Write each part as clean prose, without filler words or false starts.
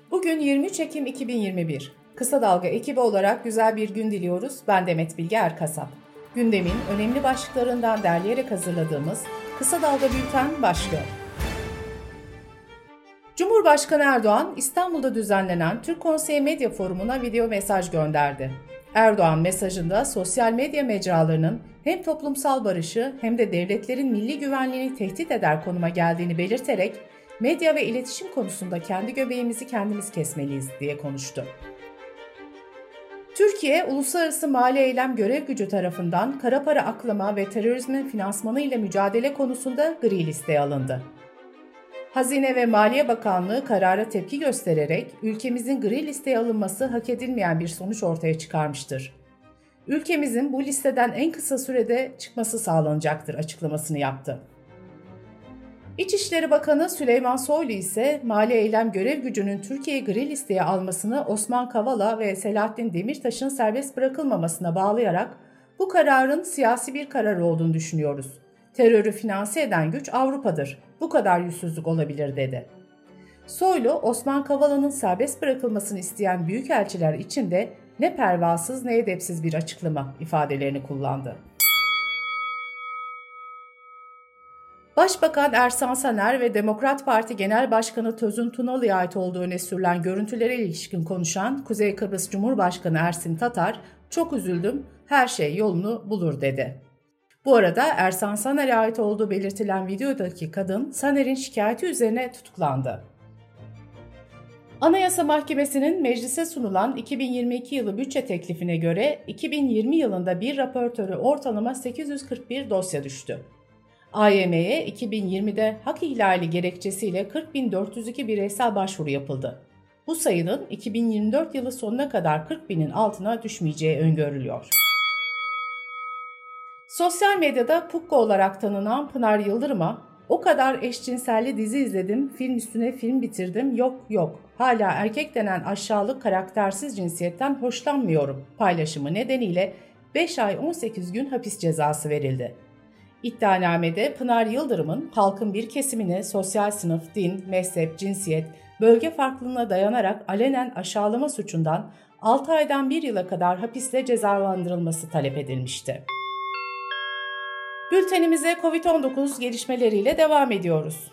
Bugün 23 Ekim 2021. Kısa Dalga ekibi olarak güzel bir gün diliyoruz. Ben Demet Bilge Erkasap. Gündemin önemli başlıklarından derleyerek hazırladığımız Kısa Dalga Bülten başlıyor. Cumhurbaşkanı Erdoğan, İstanbul'da düzenlenen Türk Konseyi Medya Forumu'na video mesaj gönderdi. Erdoğan mesajında sosyal medya mecralarının hem toplumsal barışı hem de devletlerin milli güvenliğini tehdit eder konuma geldiğini belirterek medya ve iletişim konusunda kendi göbeğimizi kendimiz kesmeliyiz diye konuştu. Türkiye, Uluslararası Mali Eylem Görev Gücü tarafından kara para aklama ve terörizmin finansmanı ile mücadele konusunda gri listeye alındı. Hazine ve Maliye Bakanlığı karara tepki göstererek ülkemizin gri listeye alınması hak edilmeyen bir sonuç ortaya çıkarmıştır. Ülkemizin bu listeden en kısa sürede çıkması sağlanacaktır açıklamasını yaptı. İçişleri Bakanı Süleyman Soylu ise Mali Eylem Görev Gücü'nün Türkiye'yi gri listeye almasını Osman Kavala ve Selahattin Demirtaş'ın serbest bırakılmamasına bağlayarak bu kararın siyasi bir karar olduğunu düşünüyoruz. Terörü finanse eden güç Avrupa'dır. Bu kadar yüzsüzlük olabilir dedi. Soylu, Osman Kavala'nın serbest bırakılmasını isteyen büyükelçiler için de ne pervasız ne edepsiz bir açıklama ifadelerini kullandı. Başbakan Ersan Saner ve Demokrat Parti Genel Başkanı Tözün Tunalı'ya ait olduğu öne sürülen görüntülere ilişkin konuşan Kuzey Kıbrıs Cumhurbaşkanı Ersin Tatar, "Çok üzüldüm, her şey yolunu bulur" dedi. Bu arada Ersan Saner'e ait olduğu belirtilen videodaki kadın Saner'in şikayeti üzerine tutuklandı. Anayasa Mahkemesi'nin meclise sunulan 2022 yılı bütçe teklifine göre 2020 yılında bir raportöre ortalama 841 dosya düştü. AYM'ye 2020'de hak ihlali gerekçesiyle 40.402 bireysel başvuru yapıldı. Bu sayının 2024 yılı sonuna kadar 40.000'in altına düşmeyeceği öngörülüyor. Sosyal medyada Pukko olarak tanınan Pınar Yıldırım'a "O kadar eşcinselli dizi izledim, film üstüne film bitirdim, yok, hala erkek denen aşağılık karaktersiz cinsiyetten hoşlanmıyorum" paylaşımı nedeniyle 5 ay 18 gün hapis cezası verildi. İddianamede Pınar Yıldırım'ın halkın bir kesimini sosyal sınıf, din, mezhep, cinsiyet, bölge farklılığına dayanarak alenen aşağılama suçundan 6 aydan 1 yıla kadar hapisle cezalandırılması talep edilmişti. Bültenimize COVID-19 gelişmeleriyle devam ediyoruz.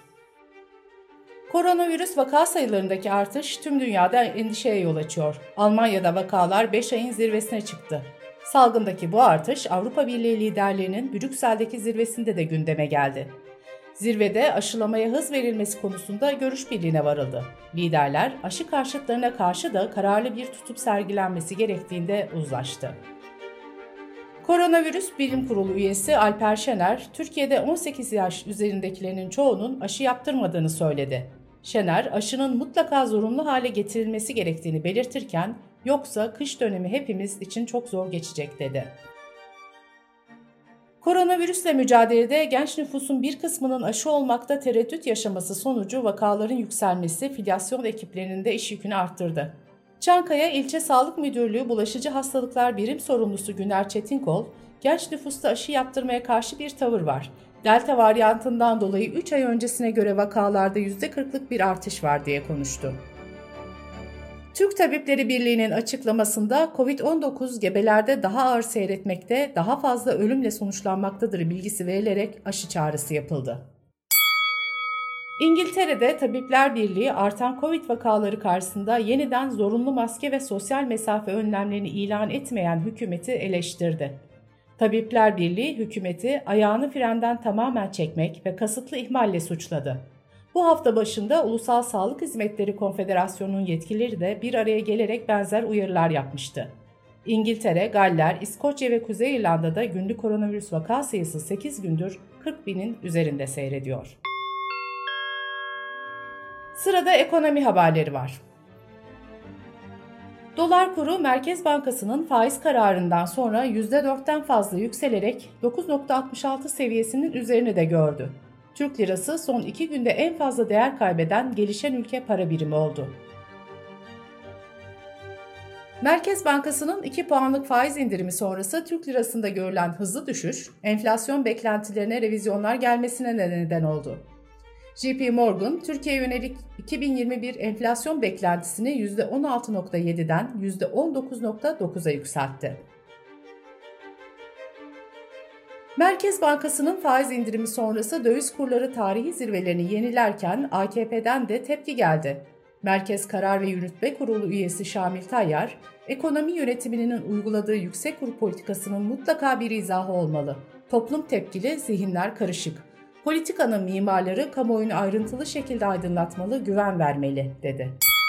Koronavirüs vaka sayılarındaki artış tüm dünyada endişeye yol açıyor. Almanya'da vakalar 5 ayın zirvesine çıktı. Salgındaki bu artış Avrupa Birliği liderlerinin Brüksel'deki zirvesinde de gündeme geldi. Zirvede aşılamaya hız verilmesi konusunda görüş birliğine varıldı. Liderler aşı karşıtlarına karşı da kararlı bir tutum sergilenmesi gerektiğinde uzlaştı. Koronavirüs Bilim Kurulu üyesi Alper Şener, Türkiye'de 18 yaş üzerindekilerinin çoğunun aşı yaptırmadığını söyledi. Şener, aşının mutlaka zorunlu hale getirilmesi gerektiğini belirtirken, "Yoksa kış dönemi hepimiz için çok zor geçecek" dedi. Koronavirüsle mücadelede genç nüfusun bir kısmının aşı olmakta tereddüt yaşaması sonucu vakaların yükselmesi filyasyon ekiplerinin de iş yükünü arttırdı. Çankaya İlçe Sağlık Müdürlüğü Bulaşıcı Hastalıklar Birim Sorumlusu Güner Çetinkol, genç nüfusta aşı yaptırmaya karşı bir tavır var. Delta varyantından dolayı 3 ay öncesine göre vakalarda %40'lık bir artış var diye konuştu. Türk Tabipleri Birliği'nin açıklamasında COVID-19 gebelerde daha ağır seyretmekte, daha fazla ölümle sonuçlanmaktadır bilgisi verilerek aşı çağrısı yapıldı. İngiltere'de Tabipler Birliği artan Covid vakaları karşısında yeniden zorunlu maske ve sosyal mesafe önlemlerini ilan etmeyen hükümeti eleştirdi. Tabipler Birliği hükümeti ayağını frenden tamamen çekmek ve kasıtlı ihmalle suçladı. Bu hafta başında Ulusal Sağlık Hizmetleri Konfederasyonu'nun yetkilileri de bir araya gelerek benzer uyarılar yapmıştı. İngiltere, Galler, İskoçya ve Kuzey İrlanda'da günlük koronavirüs vaka sayısı 8 gündür 40.000'in üzerinde seyrediyor. Sırada ekonomi haberleri var. Dolar kuru Merkez Bankası'nın faiz kararından sonra %4'ten fazla yükselerek 9.66 seviyesinin üzerine de gördü. Türk lirası son 2 günde en fazla değer kaybeden gelişen ülke para birimi oldu. Merkez Bankası'nın 2 puanlık faiz indirimi sonrası Türk lirasında görülen hızlı düşüş, enflasyon beklentilerine revizyonlar gelmesine de neden oldu. JP Morgan, Türkiye'ye yönelik 2021 enflasyon beklentisini %16.7'den %19.9'a yükseltti. Merkez Bankası'nın faiz indirimi sonrası döviz kurları tarihi zirvelerini yenilerken AKP'den de tepki geldi. Merkez Karar ve Yürütme Kurulu üyesi Şamil Tayyar, ekonomi yönetiminin uyguladığı yüksek kur politikasının mutlaka bir izahı olmalı. Toplum tepkili, zihinler karışık. Politikanın mimarları kamuoyunu ayrıntılı şekilde aydınlatmalı, güven vermeli, dedi.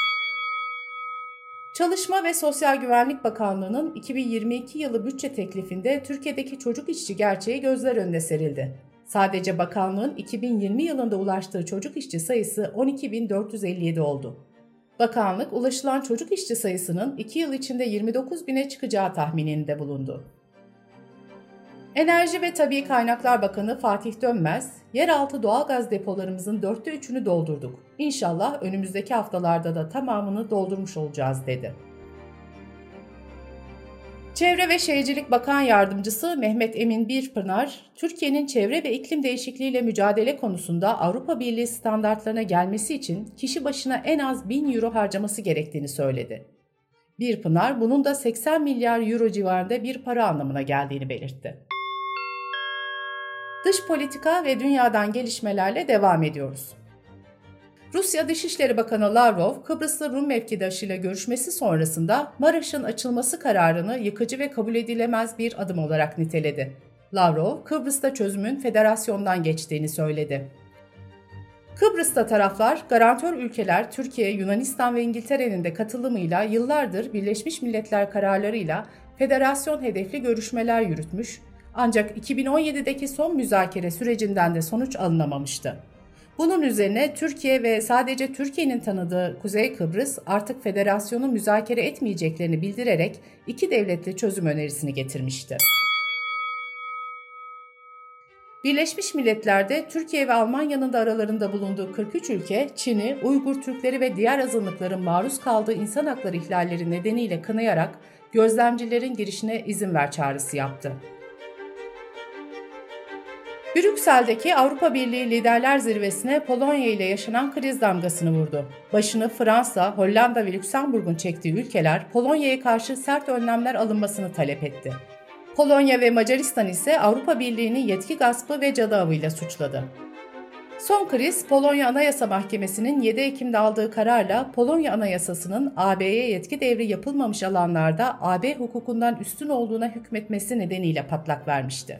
Çalışma ve Sosyal Güvenlik Bakanlığı'nın 2022 yılı bütçe teklifinde Türkiye'deki çocuk işçi gerçeği gözler önüne serildi. Sadece bakanlığın 2020 yılında ulaştığı çocuk işçi sayısı 12.457 oldu. Bakanlık, ulaşılan çocuk işçi sayısının 2 yıl içinde 29.000'e çıkacağı tahmininde bulundu. Enerji ve Tabii Kaynaklar Bakanı Fatih Dönmez, yeraltı doğalgaz depolarımızın 3'ünü doldurduk. İnşallah önümüzdeki haftalarda da tamamını doldurmuş olacağız, dedi. Çevre ve Şehircilik Bakan Yardımcısı Mehmet Emin Birpınar, Türkiye'nin çevre ve iklim değişikliğiyle mücadele konusunda Avrupa Birliği standartlarına gelmesi için kişi başına en az 1.000 euro harcaması gerektiğini söyledi. Birpınar, bunun da 80 milyar euro civarında bir para anlamına geldiğini belirtti. Dış politika ve dünyadan gelişmelerle devam ediyoruz. Rusya Dışişleri Bakanı Lavrov, Kıbrıs'ta Rum mevkidaşıyla görüşmesi sonrasında Maraş'ın açılması kararını yıkıcı ve kabul edilemez bir adım olarak niteledi. Lavrov, Kıbrıs'ta çözümün federasyondan geçtiğini söyledi. Kıbrıs'ta taraflar, garantör ülkeler Türkiye, Yunanistan ve İngiltere'nin de katılımıyla yıllardır Birleşmiş Milletler kararlarıyla federasyon hedefli görüşmeler yürütmüş, ancak 2017'deki son müzakere sürecinden de sonuç alınamamıştı. Bunun üzerine Türkiye ve sadece Türkiye'nin tanıdığı Kuzey Kıbrıs artık federasyonu müzakere etmeyeceklerini bildirerek iki devletli çözüm önerisini getirmişti. Birleşmiş Milletler'de Türkiye ve Almanya'nın da aralarında bulunduğu 43 ülke, Çin'i, Uygur Türkleri ve diğer azınlıkların maruz kaldığı insan hakları ihlalleri nedeniyle kınayarak gözlemcilerin girişine izin ver çağrısı yaptı. Brüksel'deki Avrupa Birliği Liderler Zirvesi'ne Polonya ile yaşanan kriz damgasını vurdu. Başını Fransa, Hollanda ve Lüksemburg'un çektiği ülkeler Polonya'ya karşı sert önlemler alınmasını talep etti. Polonya ve Macaristan ise Avrupa Birliği'ni yetki gaspı ve cadı avıyla suçladı. Son kriz, Polonya Anayasa Mahkemesi'nin 7 Ekim'de aldığı kararla Polonya Anayasası'nın AB'ye yetki devri yapılmamış alanlarda AB hukukundan üstün olduğuna hükmetmesi nedeniyle patlak vermişti.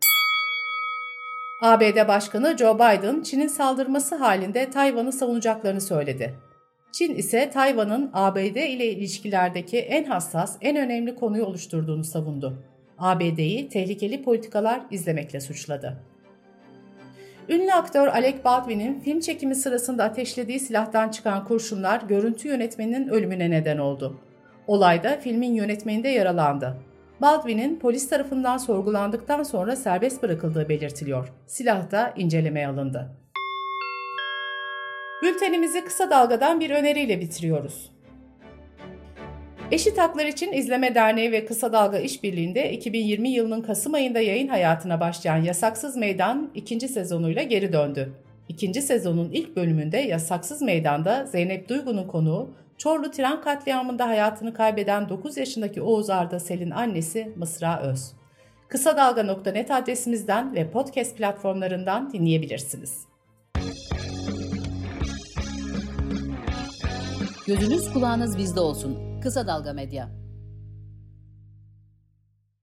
ABD Başkanı Joe Biden, Çin'in saldırması halinde Tayvan'ı savunacaklarını söyledi. Çin ise Tayvan'ın ABD ile ilişkilerdeki en hassas, en önemli konuyu oluşturduğunu savundu. ABD'yi tehlikeli politikalar izlemekle suçladı. Ünlü aktör Alec Baldwin'in film çekimi sırasında ateşlediği silahtan çıkan kurşunlar görüntü yönetmeninin ölümüne neden oldu. Olayda filmin yönetmeni de yaralandı. Baldwin'in polis tarafından sorgulandıktan sonra serbest bırakıldığı belirtiliyor. Silah da incelemeye alındı. Bültenimizi Kısa Dalga'dan bir öneriyle bitiriyoruz. Eşit Haklar İçin İzleme Derneği ve Kısa Dalga İşbirliği'nde 2020 yılının Kasım ayında yayın hayatına başlayan Yasaksız Meydan 2. sezonuyla geri döndü. 2. sezonun ilk bölümünde Yasaksız Meydan'da Zeynep Duygu'nun konuğu, Çorlu tren katliamında hayatını kaybeden 9 yaşındaki Oğuz Arda Sel'in annesi Mısra Öz. Kısadalga.net adresimizden ve podcast platformlarından dinleyebilirsiniz. Gözünüz kulağınız bizde olsun. Kısa Dalga Medya.